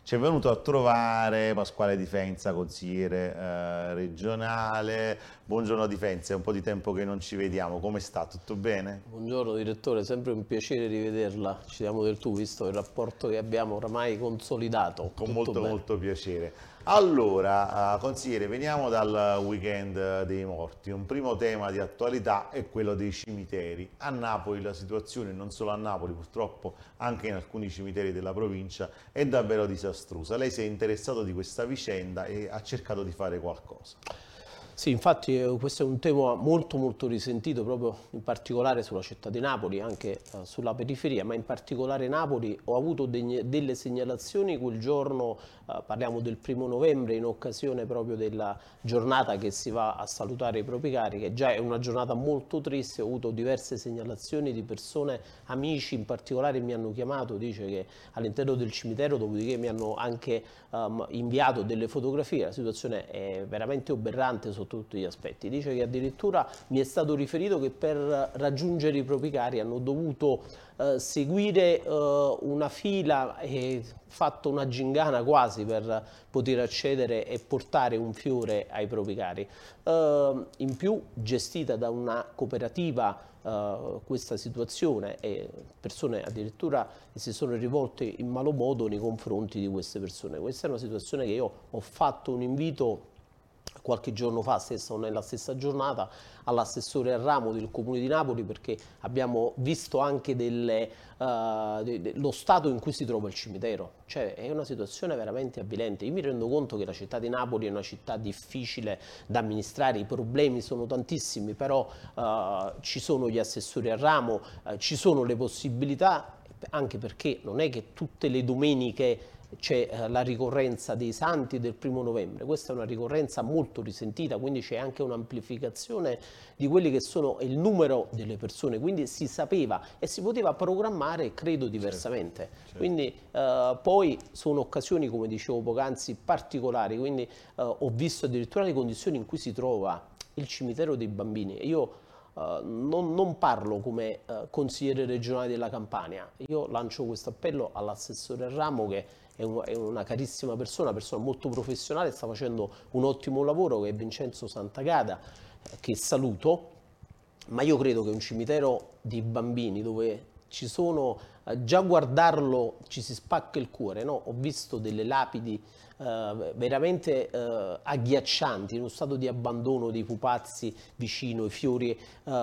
Ci è venuto a trovare Pasquale Di Fenza, consigliere regionale. Buongiorno Di Fenza, è un po' di tempo che non ci vediamo, come sta? Tutto bene? Buongiorno direttore, sempre un piacere rivederla, ci diamo del tu, visto il rapporto che abbiamo oramai consolidato, Con tutto bene. molto piacere. Allora, consigliere, veniamo dal weekend dei morti. Un primo tema di attualità è quello dei cimiteri. A Napoli la situazione, non solo a Napoli, purtroppo anche in alcuni cimiteri della provincia, è davvero disastrosa. Lei si è interessato di questa vicenda e ha cercato di fare qualcosa. Sì, infatti questo è un tema molto risentito proprio in particolare sulla città di Napoli, anche sulla periferia, ma in particolare Napoli. Ho avuto delle segnalazioni quel giorno, parliamo del 1° novembre, in occasione proprio della giornata che si va a salutare i propri cari, che già è una giornata molto triste. Ho avuto diverse segnalazioni di persone, amici in particolare mi hanno chiamato, dice che all'interno del cimitero, dopodiché mi hanno anche inviato delle fotografie. La situazione è veramente oberrante sotto tutti gli aspetti. Dice che addirittura mi è stato riferito che per raggiungere i propri cari hanno dovuto seguire una fila e fatto una gingana quasi per poter accedere e portare un fiore ai propri cari. In più gestita da una cooperativa questa situazione, e persone addirittura si sono rivolte in malo modo nei confronti di queste persone. Questa è una situazione che io ho fatto un invito qualche giorno fa, nella stessa giornata, all'assessore al ramo del Comune di Napoli, perché abbiamo visto anche lo stato in cui si trova il cimitero. Cioè è una situazione veramente avvilente. Io mi rendo conto che la città di Napoli è una città difficile da amministrare, i problemi sono tantissimi, però ci sono gli assessori al ramo, ci sono le possibilità, anche perché non è che tutte le domeniche c'è la ricorrenza dei santi del 1° novembre. Questa è una ricorrenza molto risentita, quindi c'è anche un'amplificazione di quelli che sono il numero delle persone, quindi si sapeva e si poteva programmare, credo, diversamente. Certo. Quindi poi sono occasioni, come dicevo poc'anzi, particolari, quindi ho visto addirittura le condizioni in cui si trova il cimitero dei bambini. Io non parlo come consigliere regionale della Campania, io lancio questo appello all'assessore Ramo, che è una carissima persona molto professionale, sta facendo un ottimo lavoro, che è Vincenzo Santagata, che saluto. Ma io credo che un cimitero di bambini dove ci sono, già guardarlo ci si spacca il cuore, no? Ho visto delle lapidi veramente agghiaccianti, in uno stato di abbandono dei pupazzi vicino, i fiori,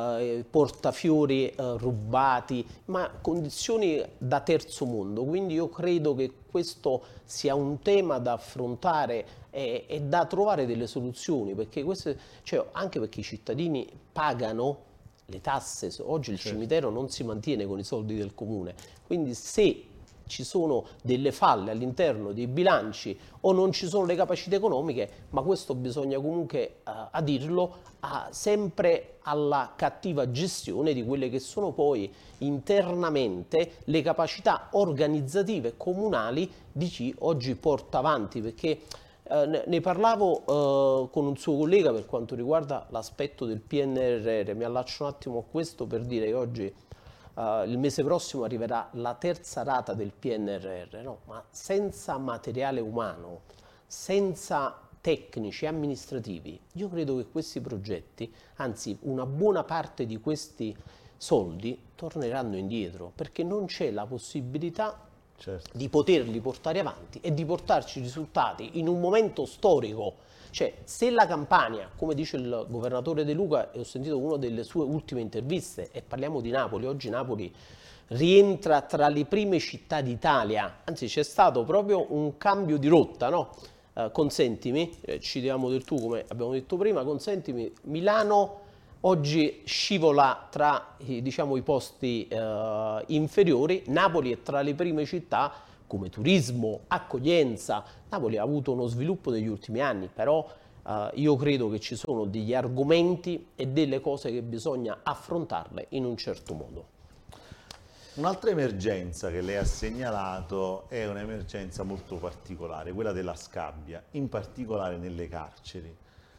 portafiori rubati, ma condizioni da terzo mondo. Quindi io credo che questo sia un tema da affrontare e da trovare delle soluzioni, perché cioè, anche perché i cittadini pagano le tasse. Oggi il cimitero non si mantiene con i soldi del comune, quindi se ci sono delle falle all'interno dei bilanci o non ci sono le capacità economiche, ma questo bisogna comunque a dirlo, sempre alla cattiva gestione di quelle che sono poi internamente le capacità organizzative comunali di chi oggi porta avanti, perché ne parlavo con un suo collega per quanto riguarda l'aspetto del PNRR. Mi allaccio un attimo a questo per dire che oggi il mese prossimo arriverà la terza rata del PNRR, no? Ma senza materiale umano, senza tecnici amministrativi, io credo che questi progetti, anzi una buona parte di questi soldi, torneranno indietro, perché non c'è la possibilità di poterli portare avanti e di portarci risultati in un momento storico. Cioè, se la Campania, come dice il governatore De Luca, e ho sentito una delle sue ultime interviste, e parliamo di Napoli, oggi Napoli rientra tra le prime città d'Italia, anzi c'è stato proprio un cambio di rotta, no? Consentimi, ci diamo del tu come abbiamo detto prima, consentimi, Milano oggi scivola tra diciamo, i posti inferiori, Napoli è tra le prime città come turismo, accoglienza. Napoli ha avuto uno sviluppo negli ultimi anni, però io credo che ci sono degli argomenti e delle cose che bisogna affrontarle in un certo modo. Un'altra emergenza che lei ha segnalato è un'emergenza molto particolare, quella della scabbia, in particolare nelle carceri.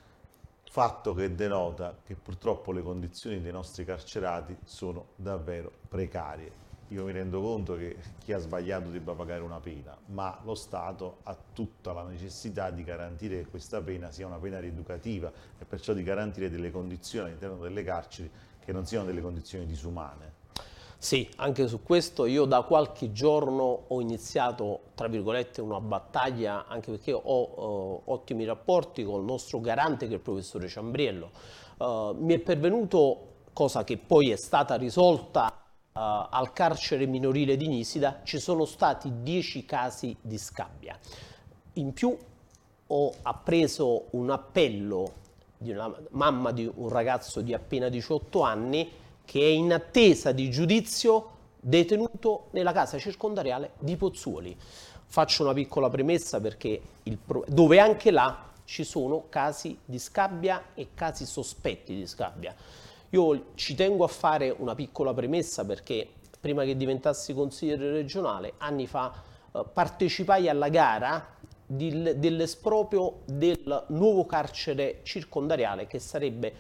Fatto che denota che purtroppo le condizioni dei nostri carcerati sono davvero precarie. io mi rendo conto che chi ha sbagliato debba pagare una pena, ma lo Stato ha tutta la necessità di garantire che questa pena sia una pena rieducativa e perciò di garantire delle condizioni all'interno delle carceri che non siano delle condizioni disumane. Sì, anche su questo io da qualche giorno ho iniziato, tra virgolette, una battaglia, anche perché ho ottimi rapporti con il nostro garante che è il professore Ciambriello. Mi è pervenuto, cosa che poi è stata risolta al carcere minorile di Nisida, ci sono stati 10 casi di scabbia. In più ho appreso un appello di una mamma di un ragazzo di appena 18 anni che è in attesa di giudizio detenuto nella casa circondariale di Pozzuoli. Faccio una piccola premessa perché dove anche là ci sono casi di scabbia e casi sospetti di scabbia. Io ci tengo a fare una piccola premessa perché prima che diventassi consigliere regionale, anni fa, partecipai alla gara dell'esproprio del nuovo carcere circondariale che sarebbe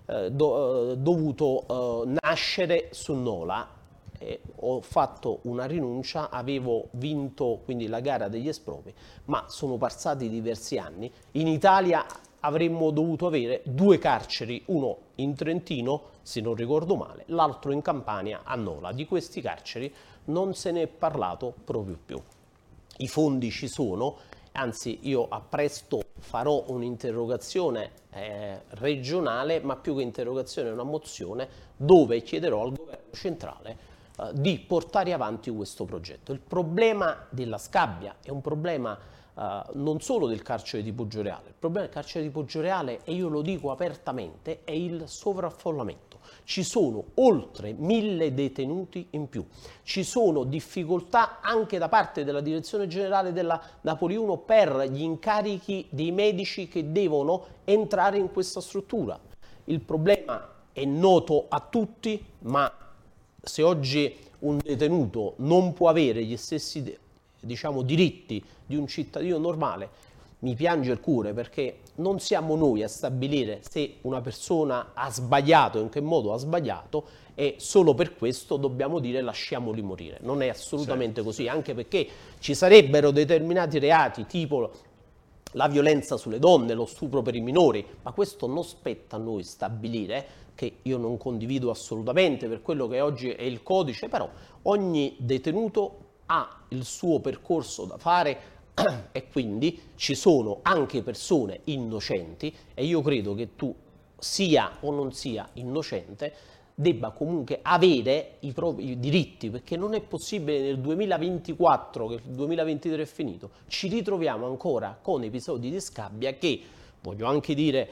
dovuto nascere su Nola. Ho fatto una rinuncia, avevo vinto quindi la gara degli espropri, ma sono passati diversi anni. In Italia avremmo dovuto avere 2 carceri, uno in Trentino, se non ricordo male, l'altro in Campania, a Nola. Di questi carceri non se ne è parlato proprio più. I fondi ci sono, anzi io a presto farò un'interrogazione regionale, ma più che interrogazione una mozione, dove chiederò al governo centrale di portare avanti questo progetto. Il problema della scabbia è un problema non solo del carcere di Poggioreale, il problema del carcere di Poggioreale, e io lo dico apertamente, è il sovraffollamento. Ci sono oltre 1000 detenuti in più, ci sono difficoltà anche da parte della direzione generale della Napoli 1 per gli incarichi dei medici che devono entrare in questa struttura. Il problema è noto a tutti, ma se oggi un detenuto non può avere gli stessi diritti di un cittadino normale, mi piange il cuore, perché non siamo noi a stabilire se una persona ha sbagliato, in che modo ha sbagliato, e solo per questo dobbiamo dire lasciamoli morire. Non è assolutamente così, anche perché ci sarebbero determinati reati tipo la violenza sulle donne, lo stupro per i minori, ma questo non spetta a noi stabilire, che io non condivido assolutamente per quello che oggi è il codice, però ogni detenuto ha il suo percorso da fare e quindi ci sono anche persone innocenti, e io credo che tu, sia o non sia innocente, debba comunque avere i propri diritti, perché non è possibile nel 2024, che il 2023 è finito, ci ritroviamo ancora con episodi di scabbia che, voglio anche dire,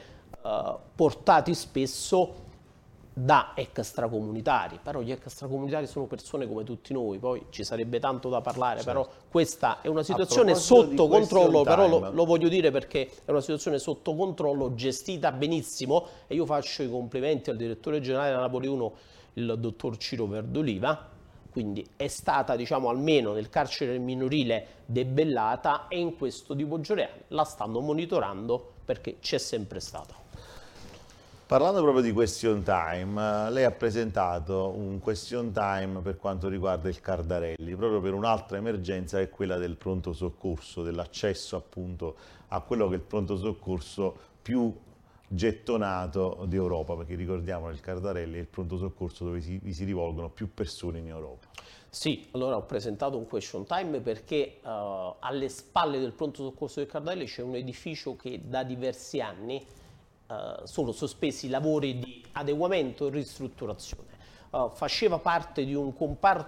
portati spesso da extracomunitari, però gli extracomunitari sono persone come tutti noi, poi ci sarebbe tanto da parlare, però questa è una situazione sotto controllo, però lo voglio dire perché è una situazione sotto controllo, gestita benissimo, e io faccio i complimenti al direttore generale della Napoli 1, il dottor Ciro Verdoliva, quindi è stata, diciamo, almeno nel carcere minorile debellata, e in questo di Poggioreale la stanno monitorando perché c'è sempre stata. Parlando proprio di question time, lei ha presentato un question time per quanto riguarda il Cardarelli, proprio per un'altra emergenza che è quella del pronto soccorso, dell'accesso appunto a quello che è il pronto soccorso più gettonato d'Europa, perché ricordiamo che il Cardarelli è il pronto soccorso dove vi si rivolgono più persone in Europa. Sì, allora ho presentato un question time perché alle spalle del pronto soccorso del Cardarelli c'è un edificio che da diversi anni sono sospesi i lavori di adeguamento e ristrutturazione. Faceva parte di un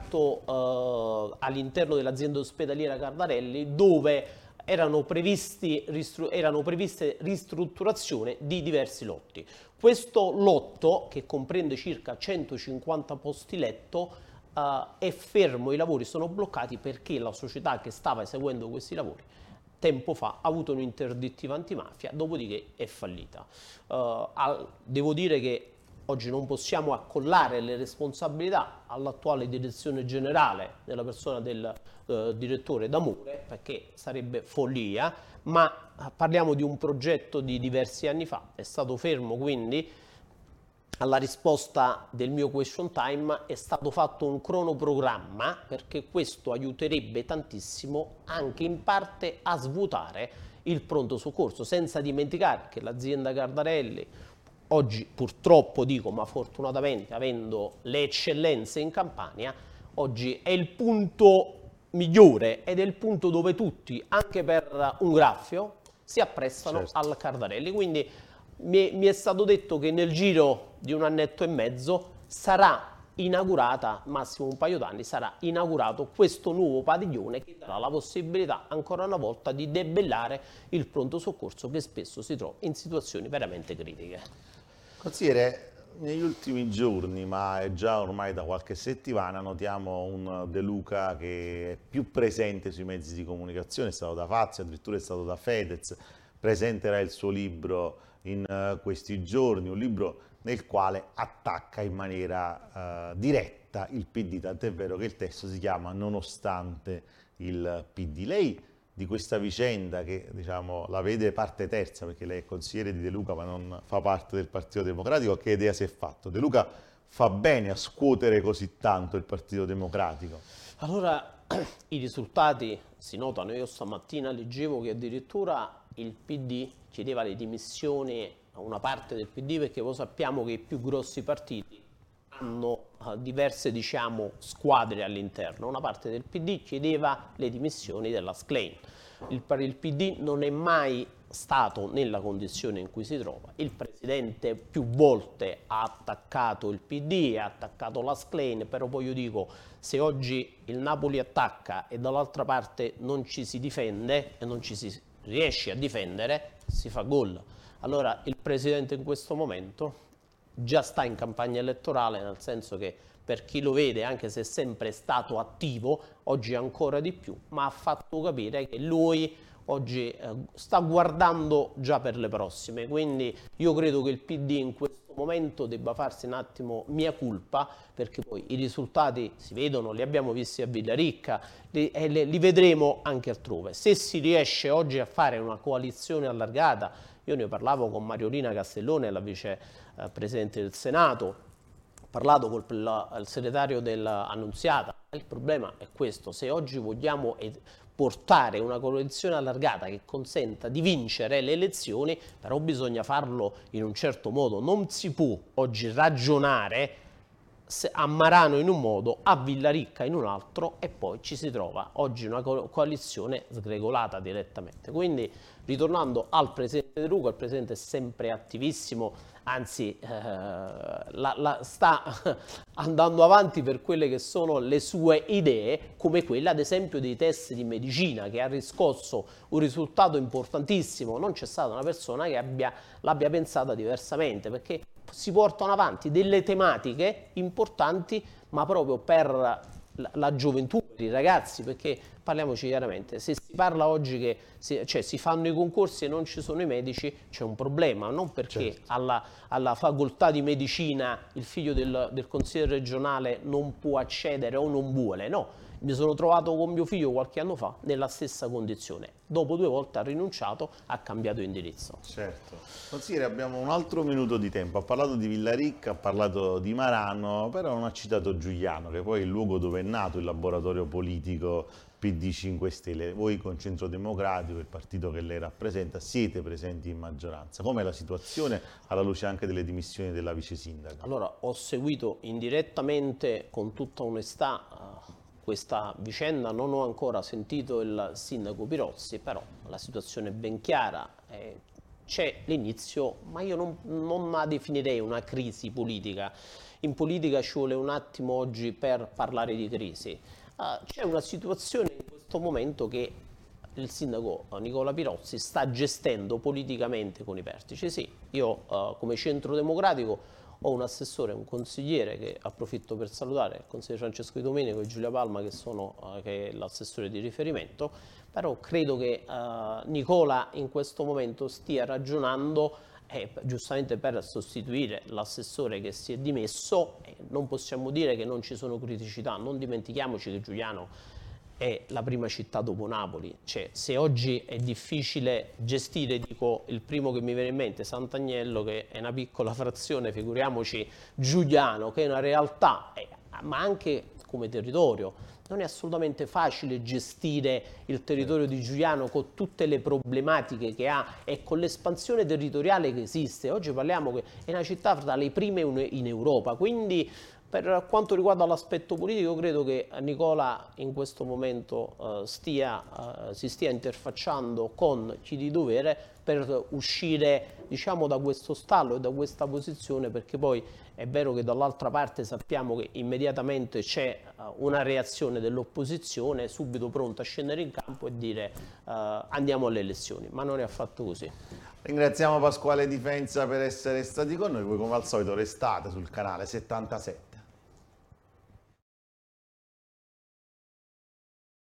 comparto all'interno dell'azienda ospedaliera Cardarelli dove erano previste ristrutturazione di diversi lotti. Questo lotto, che comprende circa 150 posti letto, è fermo, i lavori sono bloccati perché la società che stava eseguendo questi lavori tempo fa ha avuto un'interdittiva antimafia, dopodiché è fallita. Devo dire che oggi non possiamo accollare le responsabilità all'attuale direzione generale nella persona del direttore D'Amore, perché sarebbe follia, ma parliamo di un progetto di diversi anni fa, è stato fermo quindi alla risposta del mio question time è stato fatto un cronoprogramma, perché questo aiuterebbe tantissimo anche in parte a svuotare il pronto soccorso, senza dimenticare che l'azienda Cardarelli oggi, purtroppo dico, ma fortunatamente avendo le eccellenze in Campania, oggi è il punto migliore ed è il punto dove tutti, anche per un graffio, si apprestano Certo. al Cardarelli. Quindi mi è stato detto che nel giro di un annetto e mezzo sarà inaugurata, massimo un paio d'anni, sarà inaugurato questo nuovo padiglione che darà la possibilità ancora una volta di debellare il pronto soccorso che spesso si trova in situazioni veramente critiche. Consigliere, negli ultimi giorni, ma è già ormai da qualche settimana, notiamo un De Luca che è più presente sui mezzi di comunicazione, è stato da Fazio, addirittura è stato da Fedez, presenterà il suo libro in questi giorni, un libro nel quale attacca in maniera diretta il PD, tant'è vero che il testo si chiama Nonostante il PD. Lei di questa vicenda, che diciamo la vede parte terza, perché lei è consigliere di De Luca ma non fa parte del Partito Democratico, che idea si è fatto? De Luca fa bene a scuotere così tanto il Partito Democratico? Allora, i risultati si notano. Io stamattina leggevo che addirittura il PD chiedeva le dimissioni a una parte del PD, perché voi sappiamo che i più grossi partiti hanno diverse, diciamo, squadre all'interno. Una parte del PD chiedeva le dimissioni della Schlein. Il PD non è mai stato nella condizione in cui si trova. Il presidente più volte ha attaccato il PD, ha attaccato la Schlein, però poi io dico, se oggi il Napoli attacca e dall'altra parte non ci si difende e non ci si riesce a difendere, si fa gol. Allora il presidente in questo momento già sta in campagna elettorale, nel senso che per chi lo vede, anche se è sempre stato attivo, oggi ancora di più, ma ha fatto capire che lui oggi sta guardando già per le prossime. Quindi io credo che il PD in questo momento debba farsi un attimo mea culpa, perché poi i risultati si vedono, li abbiamo visti a Villaricca, li vedremo anche altrove. Se si riesce oggi a fare una coalizione allargata, io ne parlavo con Mariolina Castellone, la vicepresidente del Senato, ho parlato con il segretario dell'Annunziata. Il problema è questo: se oggi vogliamo portare una coalizione allargata che consenta di vincere le elezioni, però bisogna farlo in un certo modo. Non si può oggi ragionare a Marano in un modo, a Villaricca in un altro, e poi ci si trova oggi una coalizione sgregolata direttamente. Quindi, ritornando al presidente De Luca, il presidente è sempre attivissimo, anzi sta andando avanti per quelle che sono le sue idee, come quella ad esempio dei test di medicina, che ha riscosso un risultato importantissimo. Non c'è stata una persona che l'abbia pensata diversamente, perché si portano avanti delle tematiche importanti, ma proprio per la gioventù, per i ragazzi, perché parliamoci chiaramente, se si parla oggi che si fanno i concorsi e non ci sono i medici, c'è un problema, non perché Certo. alla facoltà di medicina il figlio del consigliere regionale non può accedere o non vuole, no. Mi sono trovato con mio figlio qualche anno fa nella stessa condizione. Dopo 2 volte ha rinunciato, ha cambiato indirizzo. Certo. Consigliere, abbiamo un altro minuto di tempo. Ha parlato di Villaricca, ha parlato di Marano, però non ha citato Giugliano, che poi è il luogo dove è nato il laboratorio politico PD 5 Stelle. Voi con Centro Democratico, il partito che lei rappresenta, siete presenti in maggioranza. Com'è la situazione alla luce anche delle dimissioni della vice sindaca? Allora, ho seguito indirettamente, con tutta onestà, questa vicenda. Non ho ancora sentito il sindaco Pirozzi, però la situazione è ben chiara. C'è l'inizio, ma io non la definirei una crisi politica. In politica ci vuole un attimo oggi per parlare di crisi. C'è una situazione in questo momento che il sindaco Nicola Pirozzi sta gestendo politicamente con i vertici. Sì, io come Centro Democratico ho un assessore, un consigliere, che approfitto per salutare, il consigliere Francesco Di Domenico e Giulia Palma, che è l'assessore di riferimento, però credo che Nicola in questo momento stia ragionando giustamente per sostituire l'assessore che si è dimesso. Non possiamo dire che non ci sono criticità, non dimentichiamoci che Giuliano è la prima città dopo Napoli. Cioè, se oggi è difficile gestire, dico il primo che mi viene in mente, Sant'Agnello, che è una piccola frazione, figuriamoci Giugliano, che è una realtà, ma anche come territorio. Non è assolutamente facile gestire il territorio di Giugliano con tutte le problematiche che ha e con l'espansione territoriale che esiste. Oggi parliamo che è una città tra le prime in Europa, quindi per quanto riguarda l'aspetto politico credo che Nicola in questo momento si stia interfacciando con chi di dovere per uscire, diciamo, da questo stallo e da questa posizione, perché poi è vero che dall'altra parte sappiamo che immediatamente c'è una reazione dell'opposizione subito pronta a scendere in campo e dire andiamo alle elezioni, ma non è affatto così. Ringraziamo Pasquale Difenza per essere stati con noi, voi come al solito restate sul canale 77.